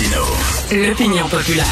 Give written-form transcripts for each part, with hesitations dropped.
Martineau. L'opinion populaire.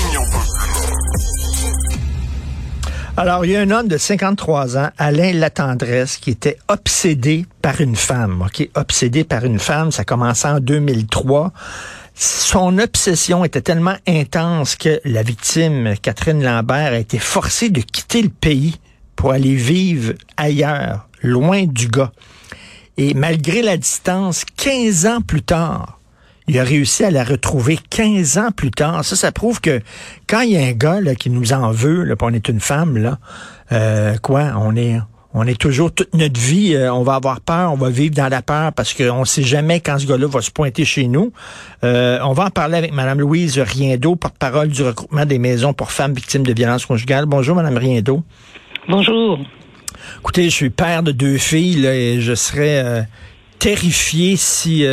Alors, il y a un homme de 53 ans, Alain Latendresse, qui était obsédé par une femme. OK? Obsédé par une femme, ça commençait en 2003. Son obsession était tellement intense que la victime, Catherine Lambert, a été forcée de quitter le pays pour aller vivre ailleurs, loin du gars. Et malgré la distance, 15 ans plus tard, il a réussi à la retrouver 15 ans plus tard. Ça prouve que quand il y a un gars là, qui nous en veut, là, puis on est une femme, là, on est toujours toute notre vie, on va avoir peur, on va vivre dans la peur parce qu'on ne sait jamais quand ce gars-là va se pointer chez nous. On va en parler avec Mme Louise Riendeau, porte-parole du regroupement des maisons pour femmes victimes de violences conjugales. Bonjour, Mme Riendeau. Bonjour. Écoutez, je suis père de 2 filles là, et je serais terrifié si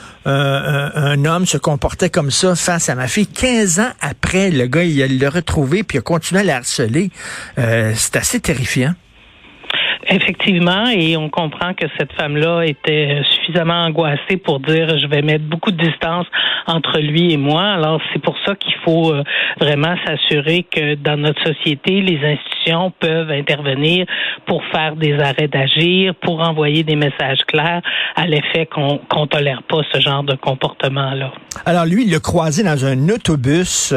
un homme se comportait comme ça face à ma fille. 15 ans après, le gars, il l'a retrouvé puis il a continué à la harceler. C'est assez terrifiant. Effectivement, et on comprend que cette femme-là était suffisamment angoissée pour dire je vais mettre beaucoup de distance entre lui et moi. Alors c'est pour ça qu'il faut vraiment s'assurer que dans notre société, les institutions peuvent intervenir pour faire des arrêts d'agir, pour envoyer des messages clairs à l'effet qu'on tolère pas ce genre de comportement-là. Alors lui, il l'a croisé dans un autobus.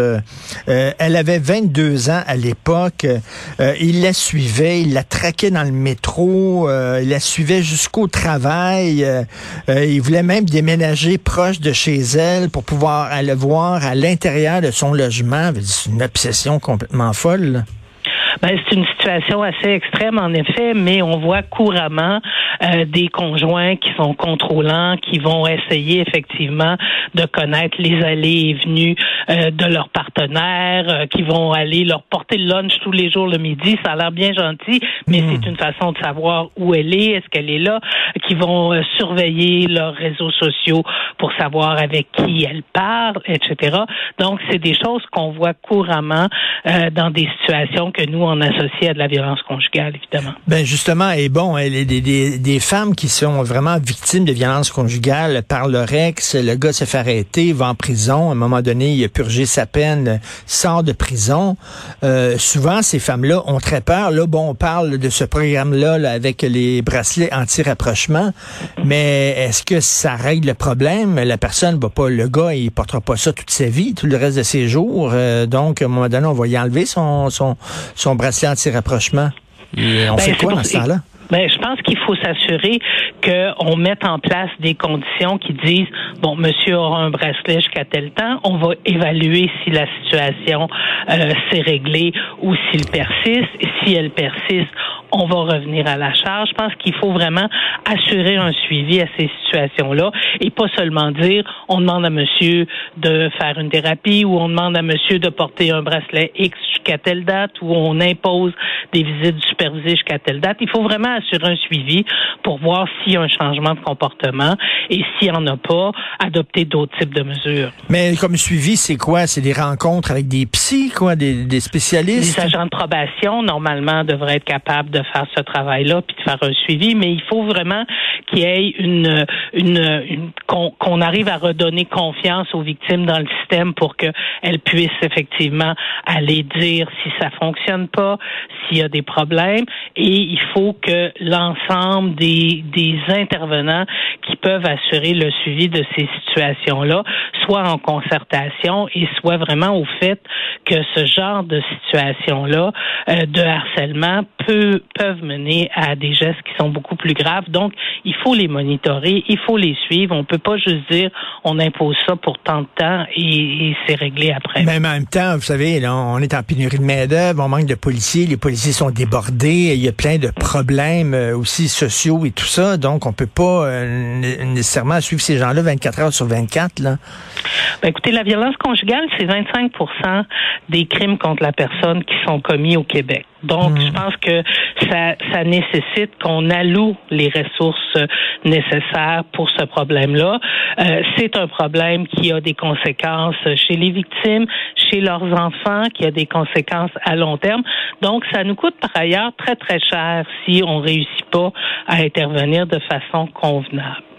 Elle avait 22 ans à l'époque. Il la suivait, il la traquait dans le métro, il la suivait jusqu'au travail. Il voulait même déménager proche de chez elle pour pouvoir aller voir à l'intérieur de son logement. C'est une obsession complètement folle, là. Ben, c'est une situation assez extrême, en effet, mais on voit couramment des conjoints qui sont contrôlants, qui vont essayer effectivement de connaître les allées et venues de leurs partenaires, qui vont aller leur porter le lunch tous les jours le midi. Ça a l'air bien gentil, mais c'est une façon de savoir où elle est qu'elle est là, qui vont surveiller leurs réseaux sociaux pour savoir avec qui elle parle, etc. Donc, c'est des choses qu'on voit couramment dans des situations que nous, on associe à de la violence conjugale, évidemment. Ben justement, et bon, des femmes qui sont vraiment victimes de violences conjugales par leur ex, le gars se fait arrêter, va en prison, à un moment donné, il a purgé sa peine, sort de prison. Souvent, ces femmes-là ont très peur. Là, bon, on parle de ce programme-là là, avec les bracelets anti-rapprochement, mais est-ce que ça règle le problème? La personne va pas, le gars, il portera pas ça toute sa vie, tout le reste de ses jours. Donc, à un moment donné, on va y enlever son bracelet anti-rapprochement. Et on fait quoi dans ce temps-là? Ben, je pense qu'il faut s'assurer qu'on mette en place des conditions qui disent, bon, monsieur aura un bracelet jusqu'à tel temps, on va évaluer si la situation s'est réglée ou s'il persiste. Et si elle persiste, on va revenir à la charge. Je pense qu'il faut vraiment assurer un suivi à ces situations-là et pas seulement dire, on demande à monsieur de faire une thérapie ou on demande à monsieur de porter un bracelet X jusqu'à telle date ou on impose des visites supervisées jusqu'à telle date. Il faut vraiment assurer un suivi pour voir s'il y a un changement de comportement et s'il n'y en a pas, adopter d'autres types de mesures. Mais comme suivi, c'est quoi? C'est des rencontres avec des psys, quoi, des spécialistes? Les agents de probation, normalement, devraient être capables de faire ce travail-là puis de faire un suivi, mais il faut vraiment qu'il y ait qu'on arrive à redonner confiance aux victimes dans le système pour qu'elles puissent effectivement aller dire si ça fonctionne pas, s'il y a des problèmes, et il faut que l'ensemble des intervenants qui peuvent assurer le suivi de ces situations-là soient en concertation et soient vraiment au fait que ce genre de situation-là de harcèlement peuvent mener à des gestes qui sont beaucoup plus graves. Donc, il faut les monitorer, il faut les suivre. On peut pas juste dire on impose ça pour tant de temps et c'est réglé après. Mais en même temps, vous savez, là, on est en pénurie de main-d'œuvre, on manque de policiers, les policiers sont débordés, il y a plein de problèmes aussi sociaux et tout ça, donc on peut pas nécessairement suivre ces gens-là 24 heures sur 24, là. Ben, écoutez, la violence conjugale, c'est 25% des crimes contre la personne qui sont commis au Québec. Donc, je pense que ça nécessite qu'on alloue les ressources nécessaires pour ce problème-là. C'est un problème qui a des conséquences chez les victimes, chez leurs enfants, qui a des conséquences à long terme. Donc, ça nous coûte par ailleurs très, très cher si on réussit pas à intervenir de façon convenable.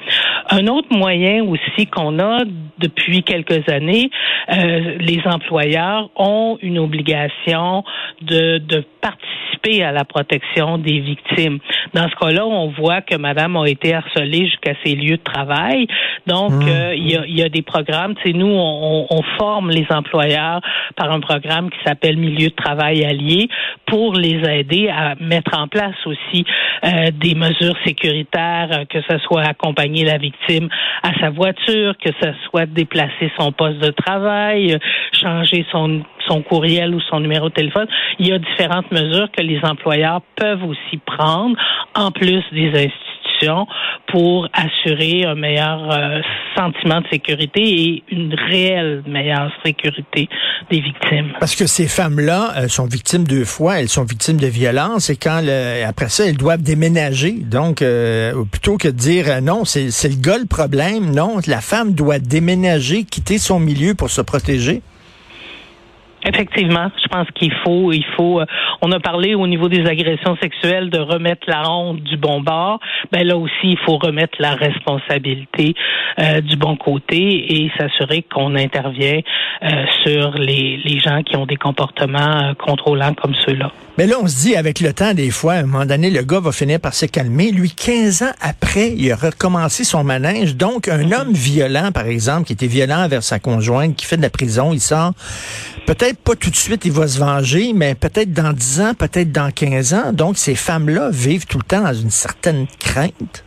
Un autre moyen aussi qu'on a depuis quelques années, les employeurs ont une obligation de participer à la protection des victimes. Dans ce cas-là, on voit que madame a été harcelée jusqu'à ses lieux de travail. Donc, il y a des programmes. Tu sais, nous, on forme les employeurs par un programme qui s'appelle Milieu de travail allié pour les aider à mettre en place aussi des mesures sécuritaires, que ce soit accompagner la victime à sa voiture, que ce soit déplacer son poste de travail, changer son courriel ou son numéro de téléphone. Il y a différentes mesures que les employeurs peuvent aussi prendre, en plus des institutions, pour assurer un meilleur sentiment de sécurité et une réelle meilleure sécurité des victimes. Parce que ces femmes-là sont victimes 2 fois. Elles sont victimes de violences et après ça, elles doivent déménager. Donc, plutôt que de dire non, c'est le gars le problème, non, la femme doit déménager, quitter son milieu pour se protéger. Effectivement, je pense qu'il faut, on a parlé au niveau des agressions sexuelles de remettre la honte du bon bord. Ben là aussi, il faut remettre la responsabilité du bon côté et s'assurer qu'on intervient sur les gens qui ont des comportements contrôlants comme ceux-là. Mais là, on se dit, avec le temps, des fois, à un moment donné, le gars va finir par se calmer. Lui, 15 ans après, il a recommencé son manège. Donc, un homme violent, par exemple, qui était violent envers sa conjointe, qui fait de la prison, il sort. Peut-être pas tout de suite, il va se venger, mais peut-être dans 10 ans, peut-être dans 15 ans. Donc, ces femmes-là vivent tout le temps dans une certaine crainte.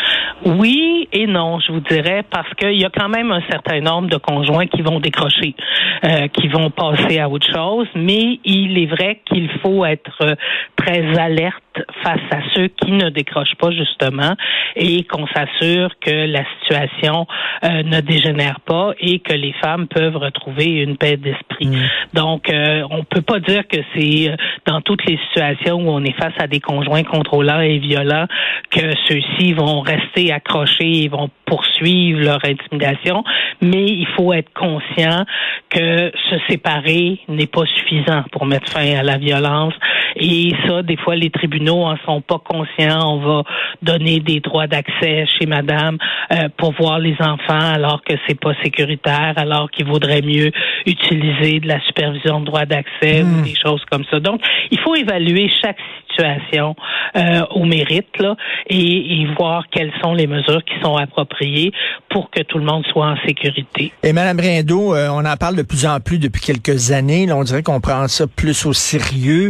Oui et non, je vous dirais, parce qu'il y a quand même un certain nombre de conjoints qui vont décrocher, qui vont passer à autre chose, mais il est vrai qu'il faut être très alerte face à ceux qui ne décrochent pas, justement, et qu'on s'assure que la situation ne dégénère pas et que les femmes peuvent retrouver une paix d'esprit. Donc, on peut pas dire que c'est dans toutes les situations où on est face à des conjoints contrôlants et violents que ceux-ci vont rester accrochés et vont poursuivre leur intimidation, mais il faut être conscient que se séparer n'est pas suffisant pour mettre fin à la violence. Et ça, des fois, les tribunaux en sont pas conscients. On va donner des droits d'accès chez madame pour voir les enfants alors que c'est pas sécuritaire, alors qu'il vaudrait mieux utiliser de la supervision de droits d'accès ou des choses comme ça. Donc, il faut évaluer chaque situation au mérite là, et voir quelles sont les mesures qui sont appropriées pour que tout le monde soit en sécurité. Et Mme Riendo, on en parle de plus en plus depuis quelques années. Là, on dirait qu'on prend ça plus au sérieux.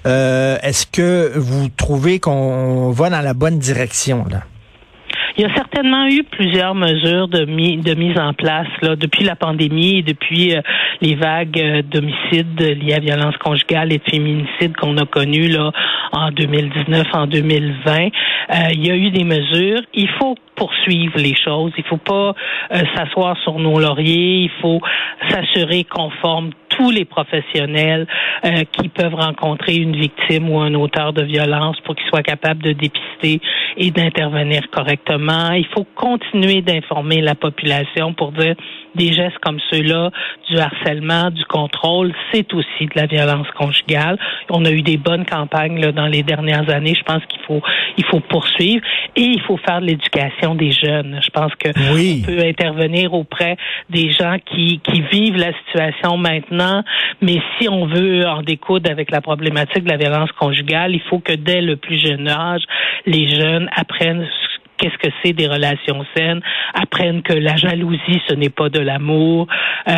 Est-ce que vous trouvez qu'on va dans la bonne direction, là? Il y a certainement eu plusieurs mesures de mise en place là depuis la pandémie et depuis les vagues d'homicides liés à violence conjugale et de féminicide qu'on a connues là en 2019, en 2020. Il y a eu des mesures. Il faut poursuivre les choses. Il faut pas s'asseoir sur nos lauriers. Il faut s'assurer qu'on forme tous les professionnels qui peuvent rencontrer une victime ou un auteur de violence pour qu'ils soient capables de dépister et d'intervenir correctement. Il faut continuer d'informer la population pour dire des gestes comme ceux-là, du harcèlement, du contrôle, c'est aussi de la violence conjugale. On a eu des bonnes campagnes là, dans les dernières années. Je pense qu'il faut poursuivre et il faut faire de l'éducation des jeunes. Je pense que on peut intervenir auprès des gens qui vivent la situation maintenant, mais si on veut en découdre avec la problématique de la violence conjugale, il faut que dès le plus jeune âge, les jeunes apprennent qu'est-ce que c'est des relations saines, apprennent que la jalousie, ce n'est pas de l'amour,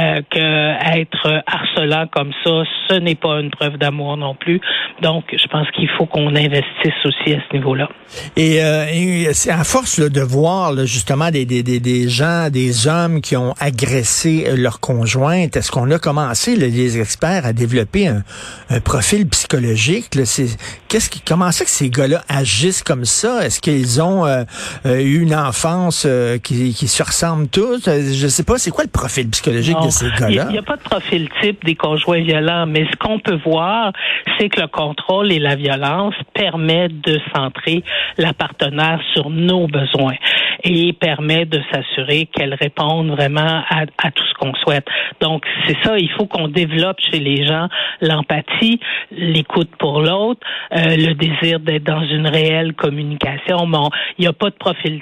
que être harcelant comme ça, ce n'est pas une preuve d'amour non plus. Donc, je pense qu'il faut qu'on investisse aussi à ce niveau-là. Et c'est à force là, de voir là, justement des gens, des hommes qui ont agressé leur conjointe, est-ce qu'on a commencé, là, les experts, à développer un profil psychologique? Là, comment ça que ces gars-là agissent comme ça? Est-ce qu'ils ont eu une enfance qui se ressemble tous? Je sais pas, c'est quoi le profil psychologique de ces gars-là? Il n'y a pas de profil type des conjoints violents, mais ce qu'on peut voir, c'est que le contrôle et la violence permettent de centrer la partenaire sur nos besoins et permet de s'assurer qu'elle réponde vraiment à tout ce qu'on souhaite. Donc, c'est ça, il faut qu'on développe chez les gens l'empathie, l'écoute pour l'autre, le désir d'être dans une réelle communication. Bon, il n'y a pas de profil type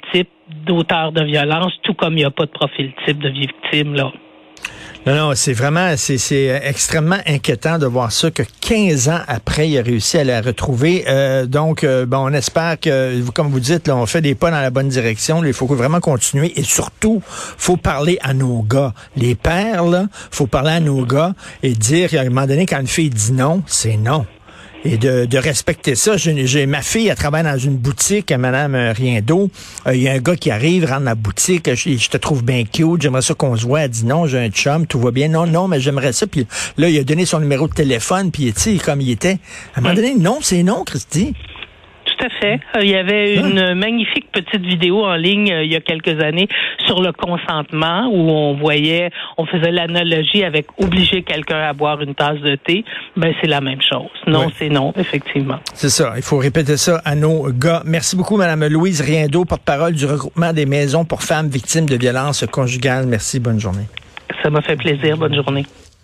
d'auteur de violence, tout comme il n'y a pas de profil type de victime, là. Non, c'est vraiment, c'est extrêmement inquiétant de voir ça, que 15 ans après, il a réussi à la retrouver. Donc, on espère que, comme vous dites, là, on fait des pas dans la bonne direction. Là, il faut vraiment continuer. Et surtout, faut parler à nos gars. Les pères, là, faut parler à nos gars et dire, à un moment donné, quand une fille dit non, c'est non. Et de respecter ça. J'ai ma fille, elle travaille dans une boutique à Madame Riendo. Il y a un gars qui arrive, rentre dans la boutique. Je te trouve bien cute, j'aimerais ça qu'on se voit. Elle dit non, j'ai un chum, tout va bien. Non, mais j'aimerais ça. Puis là, il a donné son numéro de téléphone, puis tu sais, comme il était. À un moment donné, non, c'est non, Christy. Tout à fait. Il y avait une magnifique petite vidéo en ligne il y a quelques années sur le consentement où on faisait l'analogie avec obliger quelqu'un à boire une tasse de thé. Ben, c'est la même chose. Non, c'est non, effectivement. C'est ça. Il faut répéter ça à nos gars. Merci beaucoup, Mme Louise Riendo, porte-parole du regroupement des maisons pour femmes victimes de violences conjugales. Merci. Bonne journée. Ça m'a fait plaisir. Bonne journée.